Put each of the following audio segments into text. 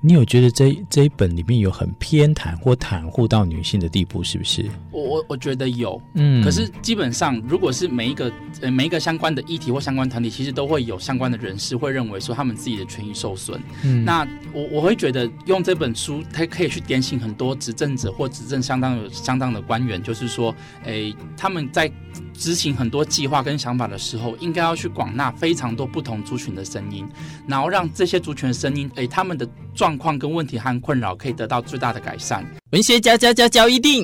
你有觉得这一本里面有很偏袒或袒护到女性的地步，是不是？ 我觉得有，可是基本上如果是每一个相关的议题或相关团体，其实都会有相关的人士会认为说他们自己的权益受损。那我会觉得用这本书，它可以去点醒很多执政者或执政相当的官员，就是说，他们在执行很多计划跟想法的时候，应该要去广纳非常多不同族群的声音，然后让这些族群的声音，他们的状况跟问题和困扰可以得到最大的改善。 文学交一定。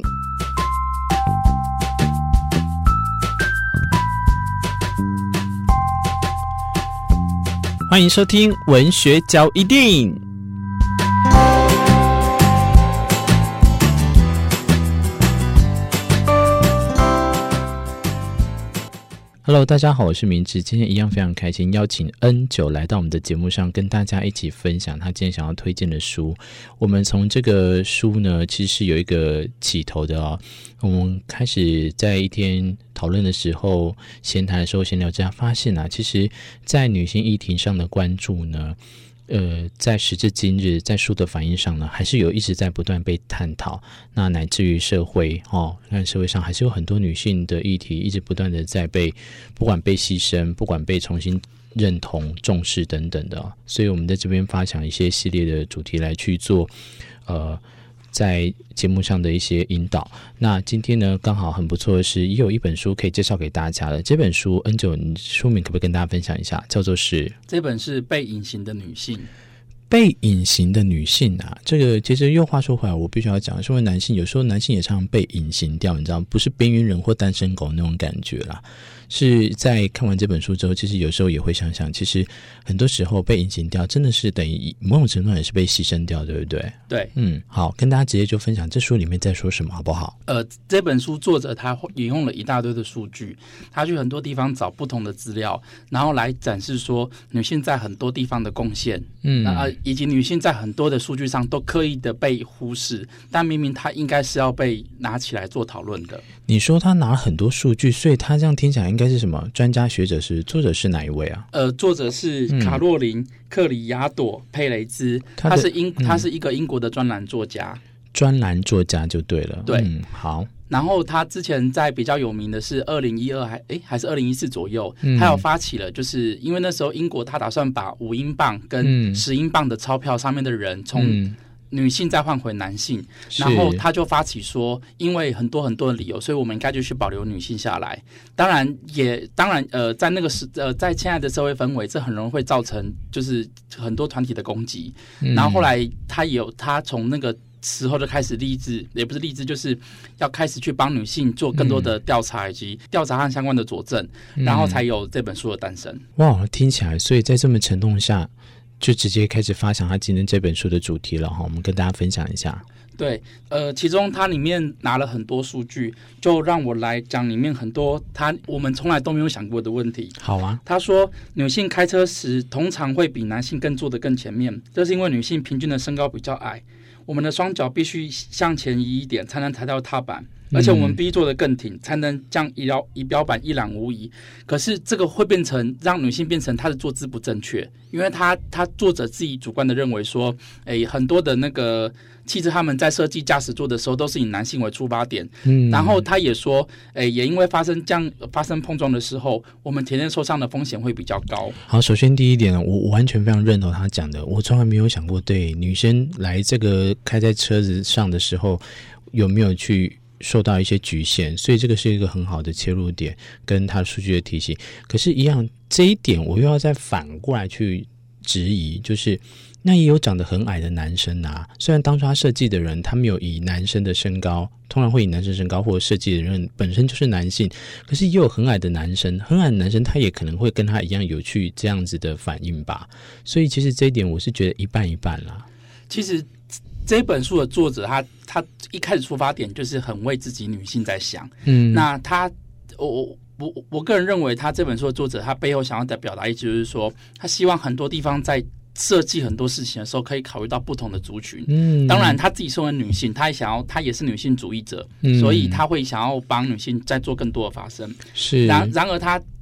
欢迎收听文学交一定。Hello， 大家好，我是明志。今天一样非常开心，邀请 N9 来到我们的节目上，跟大家一起分享他今天想要推荐的书。我们从这个书呢，其实是有一个起头的哦。我们开始在一天讨论的时候，闲谈的时候，闲聊之下发现啊，其实在女性议题上的关注呢，在时至今日，在书的反应上呢，还是有一直在不断被探讨。那乃至于社会看社会上还是有很多女性的议题，一直不断的在不管被牺牲，不管被重新认同、重视等等的。所以我们在这边发想一些系列的主题来去做，在节目上的一些引导。那今天呢，刚好很不错的是，也有一本书可以介绍给大家了。这本书 N9 你书名可不可以跟大家分享一下？叫做是这本是被隐形的女性。 被隐形的女性啊，这个其实又话说回来，我必须要讲，身为男性，有时候男性也常常被隐形掉，你知道吗？不是边缘人或单身狗那种感觉啦。是在看完这本书之后，其实有时候也会想想，其实很多时候被隐形掉，真的是等于某种程度也是被牺牲掉，对不对？ 对， 好，跟大家直接就分享这书里面在说什么，好不好？ 这本书作者他引用了一大堆的数据，他去很多地方找不同的资料，然后来展示说女性在很多地方的贡献，以及女性在很多的数据上都刻意的被忽视，但明明她应该是要被拿起来做讨论的。 你说他拿了很多数据，所以他这样听起来应该是什么专家学者？作者是哪一位啊？ 作者是卡洛琳·克里亚朵·佩雷兹，他是一个英国的专栏作家。 专栏作家就对了。 对， 好。 然后他之前在比较有名的是2012还是2014左右，他有发起了，就是因为那时候英国他打算把5英镑跟10英镑的钞票上面的人从女性再换回男性，然后他就发起说，因为很多的理由，所以我们应该就去保留女性下来。当然，在那个在现在的社会氛围，这很容易会造成就是很多团体的攻击。然后后来他从那个时候就开始立志，也不是立志，就是要开始去帮女性做更多的调查以及调查和相关的佐证，然后才有这本书的诞生。 哇，听起来，所以在这么沉重下，就直接开始发想他今天这本书的主题了哈，我们跟大家分享一下。 对，其中它里面拿了很多数据，就让我来讲里面很多我们从来都没有想过的问题。 好啊， 他说女性开车时通常会比男性坐得更前面，这是因为女性平均的身高比较矮，我们的双脚必须向前移一点才能踩到踏板，而且我们必须做得更挺，才能将仪表板一览无遗。可是这个会变成让女性变成她的坐姿不正确，因为他作者自己主观的认为说，很多的那个汽车他们在设计驾驶座的时候都是以男性为出发点，然后他也说，也因为发生碰撞的时候，我们体内受伤的风险会比较高。 好，首先第一点呢，我完全非常认同他讲的，我从来没有想过，对女生来这个开在车子上的时候有没有去受到一些局限，所以这个是一个很好的切入点跟他的数据的提醒。可是一样，这一点我又要再反过来去质疑，就是那也有长得很矮的男生啊，虽然当初他设计的人他没有以男生的身高，通常会以男生身高，或者设计的人本身就是男性，可是也有很矮的男生，很矮的男生他也可能会跟他一样有去这样子的反应吧。所以其实这一点我是觉得一半一半啦。 其实这本书的作者他一开始出发点就是很为自己女性在想，那我个人认为他这本书的作者他背后想要表达意思就是说，他希望很多地方在设计很多事情的时候可以考虑到不同的族群。当然他自己身为女性，他也是女性主义者，所以他会想要帮女性再做更多的发声。是，然而他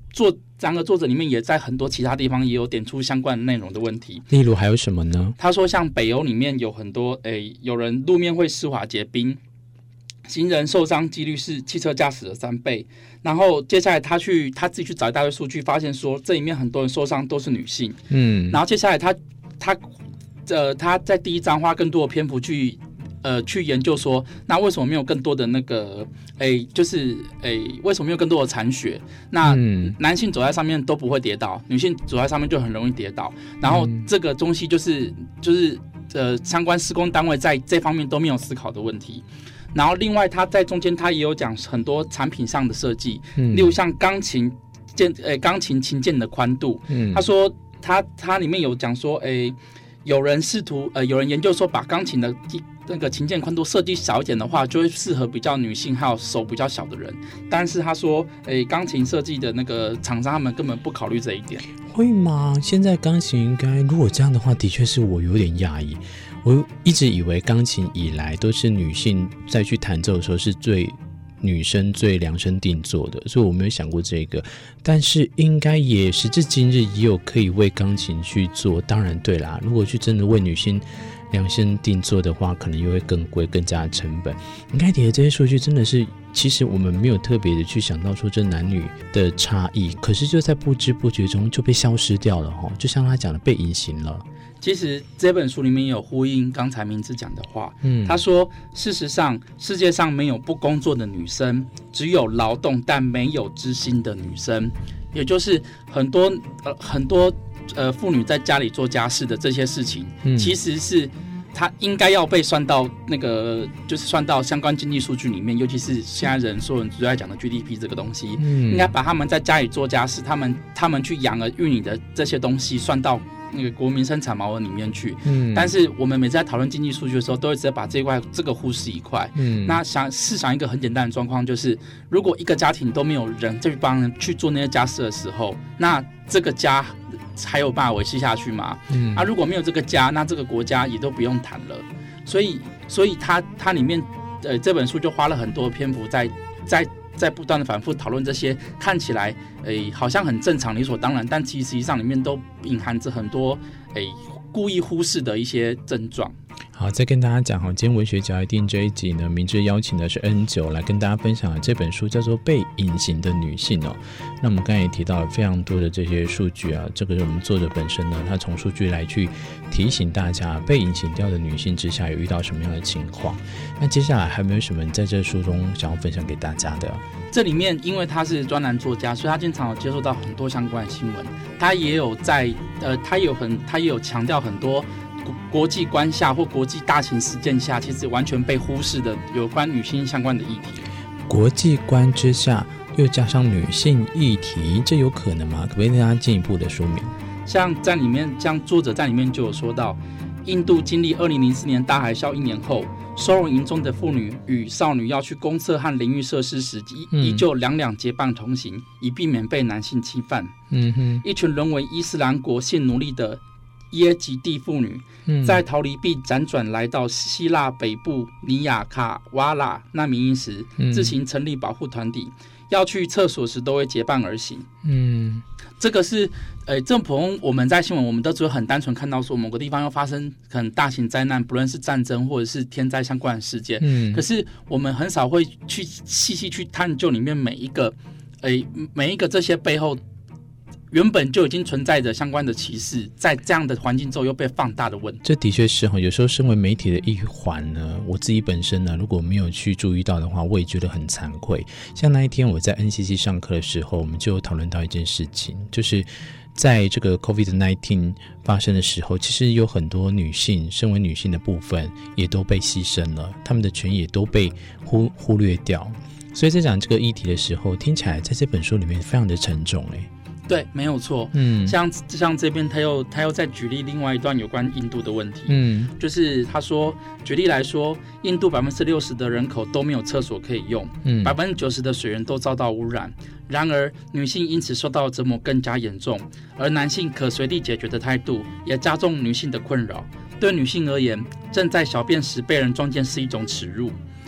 作者里面也在很多其他地方也有点出相关的内容的问题。 例如还有什么呢？ 他说像北欧里面有很多有人路面会湿滑结冰，行人受伤几率是汽车驾驶的3倍。然后接下来他自己去找一大堆数据，发现说这里面很多人受伤都是女性。然后接下来他在第一章花更多的篇幅去研究说，那为什么没有更多的那个为什么没有更多的残血？那男性走在上面都不会跌倒，女性走在上面就很容易跌倒。然后这个东西就是相关施工单位在这方面都没有思考的问题。然后另外他在中间他也有讲很多产品上的设计，例如像钢琴琴键的宽度。他说他里面有讲说，有人研究说把钢琴的那个琴键宽度设计小一点的话，就会适合比较女性还有手比较小的人。但是他说，钢琴设计的那个厂商他们根本不考虑这一点。 会吗？现在钢琴应该如果这样的话，的确是我有点讶异。我一直以为钢琴以来都是女性在去弹奏的时候是女生最量身定做的，所以我没有想过这个。但是应该也时至今日也有可以为钢琴去做。当然对啦，如果去真的为女性量身定做的话，可能又会更贵，更加的成本。你刚才提的这些数据真的是，其实我们没有特别的去想到说这男女的差异，可是就在不知不觉中就被消失掉了，就像他讲的被隐形了。 其实这本书里面有呼应刚才明志讲的话，他说事实上世界上没有不工作的女生，只有劳动但没有知心的女生。也就是很多妇女在家里做家事的这些事情，其实是她应该要被算到就是算到相关经济数据里面，尤其是现在所有人都在讲的 GDP 这个东西，应该把他们在家里做家事，他们去养儿育女的这些东西算到那个国民生产毛额里面去。但是我们每次在讨论经济数据的时候，都会直接把这个忽视一块。那试想一个很简单的状况，就是如果一个家庭都没有人再去帮人去做那些家事的时候，那这个家还有办法维系下去吗？如果没有这个家，那这个国家也都不用谈了。所以它里面这本书就花了很多篇幅在不断的反复讨论这些看起来好像很正常理所当然，但其实实际上里面都隐含着很多故意忽视的一些症状。 好，再跟大家讲，今天文学角一定这一集呢，明志邀请的是 N9 来跟大家分享的这本书叫做《被隐形的女性》哦。那我们刚才也提到了非常多的这些数据啊，这个是我们作者本身呢，他从数据来去提醒大家，被隐形掉的女性之下有遇到什么样的情况。那接下来还有没有什么在这书中想要分享给大家的？ 这里面因为他是专栏作家，所以他经常有接触到很多相关的新闻，他也有他也有强调很多国际观下或国际大型事件下其实完全被忽视的有关女性相关的议题。 国际观之下又加上女性议题，这有可能吗？可不可以跟大家进一步的说明？ 像作者在里面就有说到，印度经历2004年大海啸1年后，收容营中的妇女与少女要去公厕和淋浴设施时，依旧两结伴同行，以避免被男性侵犯。一群沦为伊斯兰国性奴隶的耶吉蒂妇女，在逃离并辗转来到希腊北部尼亚卡瓦拉难民营时，自行成立保护团体，要去厕所时都会结伴而行。这个是正普我们在新闻我们都只会很单纯看到说某个地方要发生很大型灾难，不论是战争或者是天灾相关的事件，可是我们很少会去细细去探究里面每一个这些背后原本就已经存在着相关的歧视，在这样的环境之后又被放大的问题。 这的确是有时候身为媒体的一环呢，我自己本身呢，如果没有去注意到的话，我也觉得很惭愧。像那一天我在 NCC 上课的时候，我们就讨论到一件事情，就是在这个 COVID-19 发生的时候，其实有很多女性，身为女性的部分也都被牺牲了，她们的权益也都被忽略掉。所以在讲这个议题的时候，听起来在这本书里面非常的沉重。 对，没有错。像这边他又在举例另外一段有关印度的问题。就是他说，举例来说，印度60%的人口都没有厕所可以用，90%的水源都遭到污染。然而，女性因此受到的折磨更加严重，而男性可随地解决的态度也加重女性的困扰。对女性而言，正在小便时被人撞见是一种耻辱。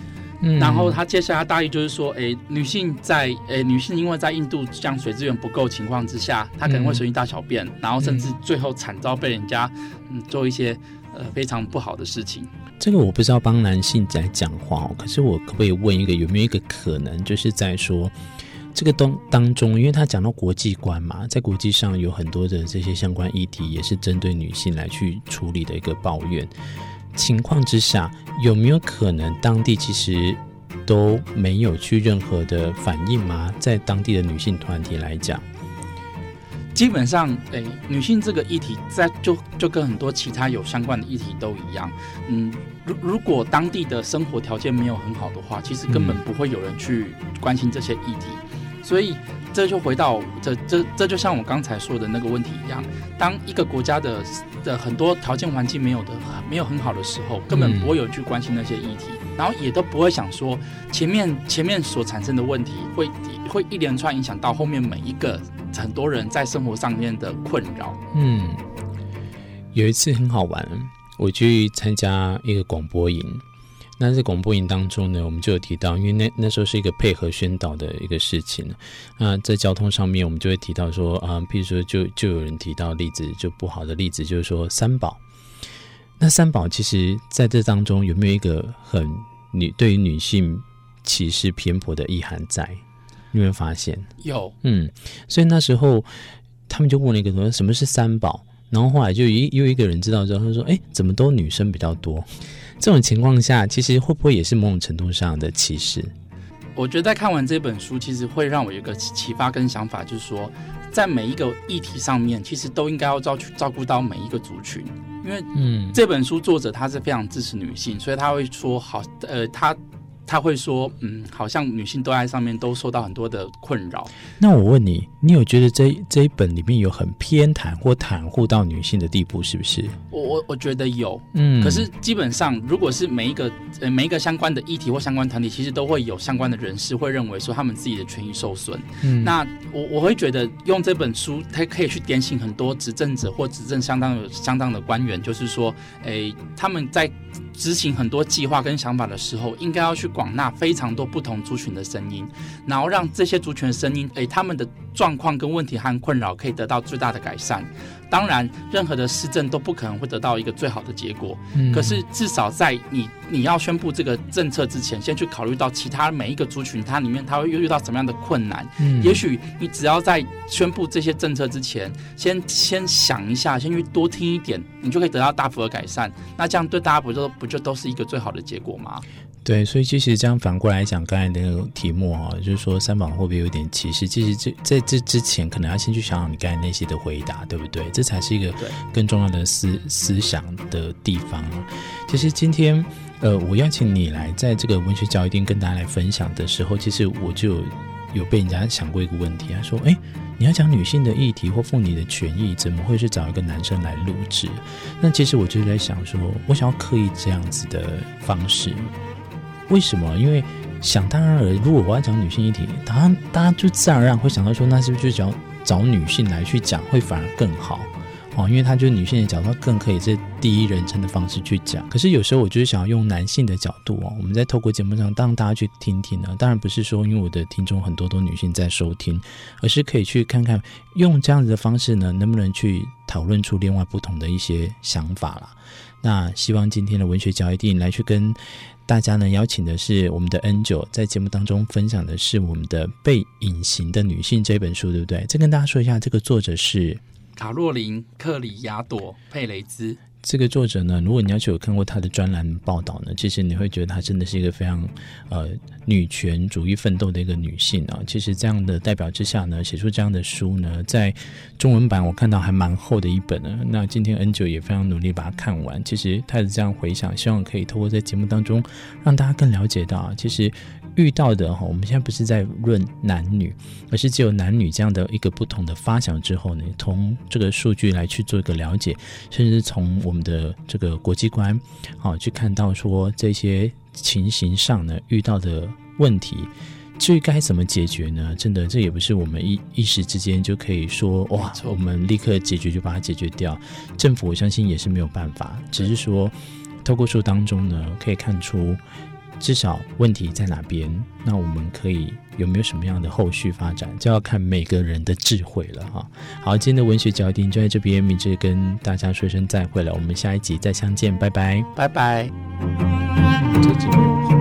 然后他接下来大意就是说，女性因为在印度降水资源不够情况之下，她可能会随地大小便，然后甚至最后惨遭被人家做一些非常不好的事情。 这个我不知道帮男性在讲话可是我可不可以问一个，有没有一个可能，就是在说这个当中，因为他讲到国际观嘛，在国际上有很多的这些相关议题，也是针对女性来去处理的一个抱怨情况之下，有没有可能当地其实都没有去任何的反应吗？在当地的女性团体来讲， 基本上，女性这个议题就跟很多其他有相关的议题都一样。如果当地的生活条件没有很好的话，其实根本不会有人去关心这些议题。所以这就回到这就像我刚才说的那个问题一样，当一个国家的很多条件环境没有很好的时候，根本不会有人去关心那些议题，然后也都不会想说前面所产生的问题会一连串影响到后面每一个很多人在生活上面的困扰。 有一次很好玩，我去参加一个广播营。那在广播营当中呢，我们就有提到，因为那时候是一个配合宣导的一个事情。那在交通上面，我们就会提到说，譬如说就有人提到例子，就不好的例子，就是说三宝。那三宝其实在这当中有没有一个对于女性歧视偏颇的意涵在？你有没有发现？ 有。 所以那时候他们就问了一个说什么是三宝，然后后来就有一个人知道之后，他说怎么都女生比较多？这种情况下，其实会不会也是某种程度上的歧视？ 我觉得在看完这本书，其实会让我有一个启发跟想法，就是说，在每一个议题上面，其实都应该要照顾到每一个族群。因为这本书作者他是非常支持女性，所以他会说他会说，好像女性都在上面都受到很多的困扰。 那我问你，你有觉得这一本里面有很偏袒或袒护到女性的地步，是不是？ 我觉得有，可是基本上，如果是每一个相关的议题或相关团体，其实都会有相关的人士会认为说他们自己的权益受损。那我会觉得用这本书，它可以去点醒很多执政者或执政相当的官员，就是说，他们在执行很多计划跟想法的时候，应该要去广纳非常多不同族群的声音，然后让这些族群的声音，他们的状况跟问题和困扰可以得到最大的改善。当然，任何的施政都不可能会得到一个最好的结果，可是至少在你要宣布这个政策之前，先去考虑到其他每一个族群，它里面它会遇到什么样的困难。也许你只要在宣布这些政策之前，先想一下，先去多听一点，你就可以得到大幅的改善。那这样对大家不就都是一个最好的结果吗？ 对，所以其实这样反过来讲，刚才那个题目就是说三宝会不会有点歧视？其实在这之前，可能要先去想想你刚才那些的回答，对不对？这才是一个更重要的思想的地方。其实今天我邀请你来在这个文学教育店跟大家来分享的时候，其实我就有被人家想过一个问题，他说你要讲女性的议题或妇女的权益，怎么会是找一个男生来录制？那其实我就在想说，我想要刻意这样子的方式，为什么？因为想当然而，如果我要讲女性议题，大家就自然而然会想到说，那是不是就找女性来去讲会反而更好？因为他就是女性的角度，更可以在第一人称的方式去讲。可是有时候我就是想要用男性的角度我们在透过节目上让大家去听听呢。当然不是说因为我的听众很多都女性在收听，而是可以去看看用这样子的方式呢，能不能去讨论出另外不同的一些想法啦。那希望今天的文学教育店来去跟大家呢邀请的是我们的 N9， 在节目当中分享的是我们的被隐形的女性这本书，对不对？再跟大家说一下，这个作者是卡洛琳·克里亚朵·佩雷兹。 这个作者呢，如果你要去有看过他的专栏报道呢，其实你会觉得他真的是一个非常女权主义奋斗的一个女性啊。其实这样的代表之下呢，写出这样的书呢，在中文版我看到还蛮厚的一本呢。那今天 N9 也非常努力把它看完。其实他是这样回想，希望可以透过在节目当中让大家更了解到其实遇到的我们现在不是在论男女，而是只有男女这样的一个不同的发想之后呢，从这个数据来去做一个了解，甚至从我们的这个国际观去看到说这些情形上呢遇到的问题，至于该怎么解决呢？真的这也不是我们一时之间就可以说哇，我们立刻解决就把它解决掉。政府我相信也是没有办法，只是说透过书当中呢可以看出至少问题在哪边，那我们可以有没有什么样的后续发展，就要看每个人的智慧了哈。好，今天的文学脚印就在这边，明志跟大家说声再会了，我们下一集再相见，拜拜， 拜拜。 这集没有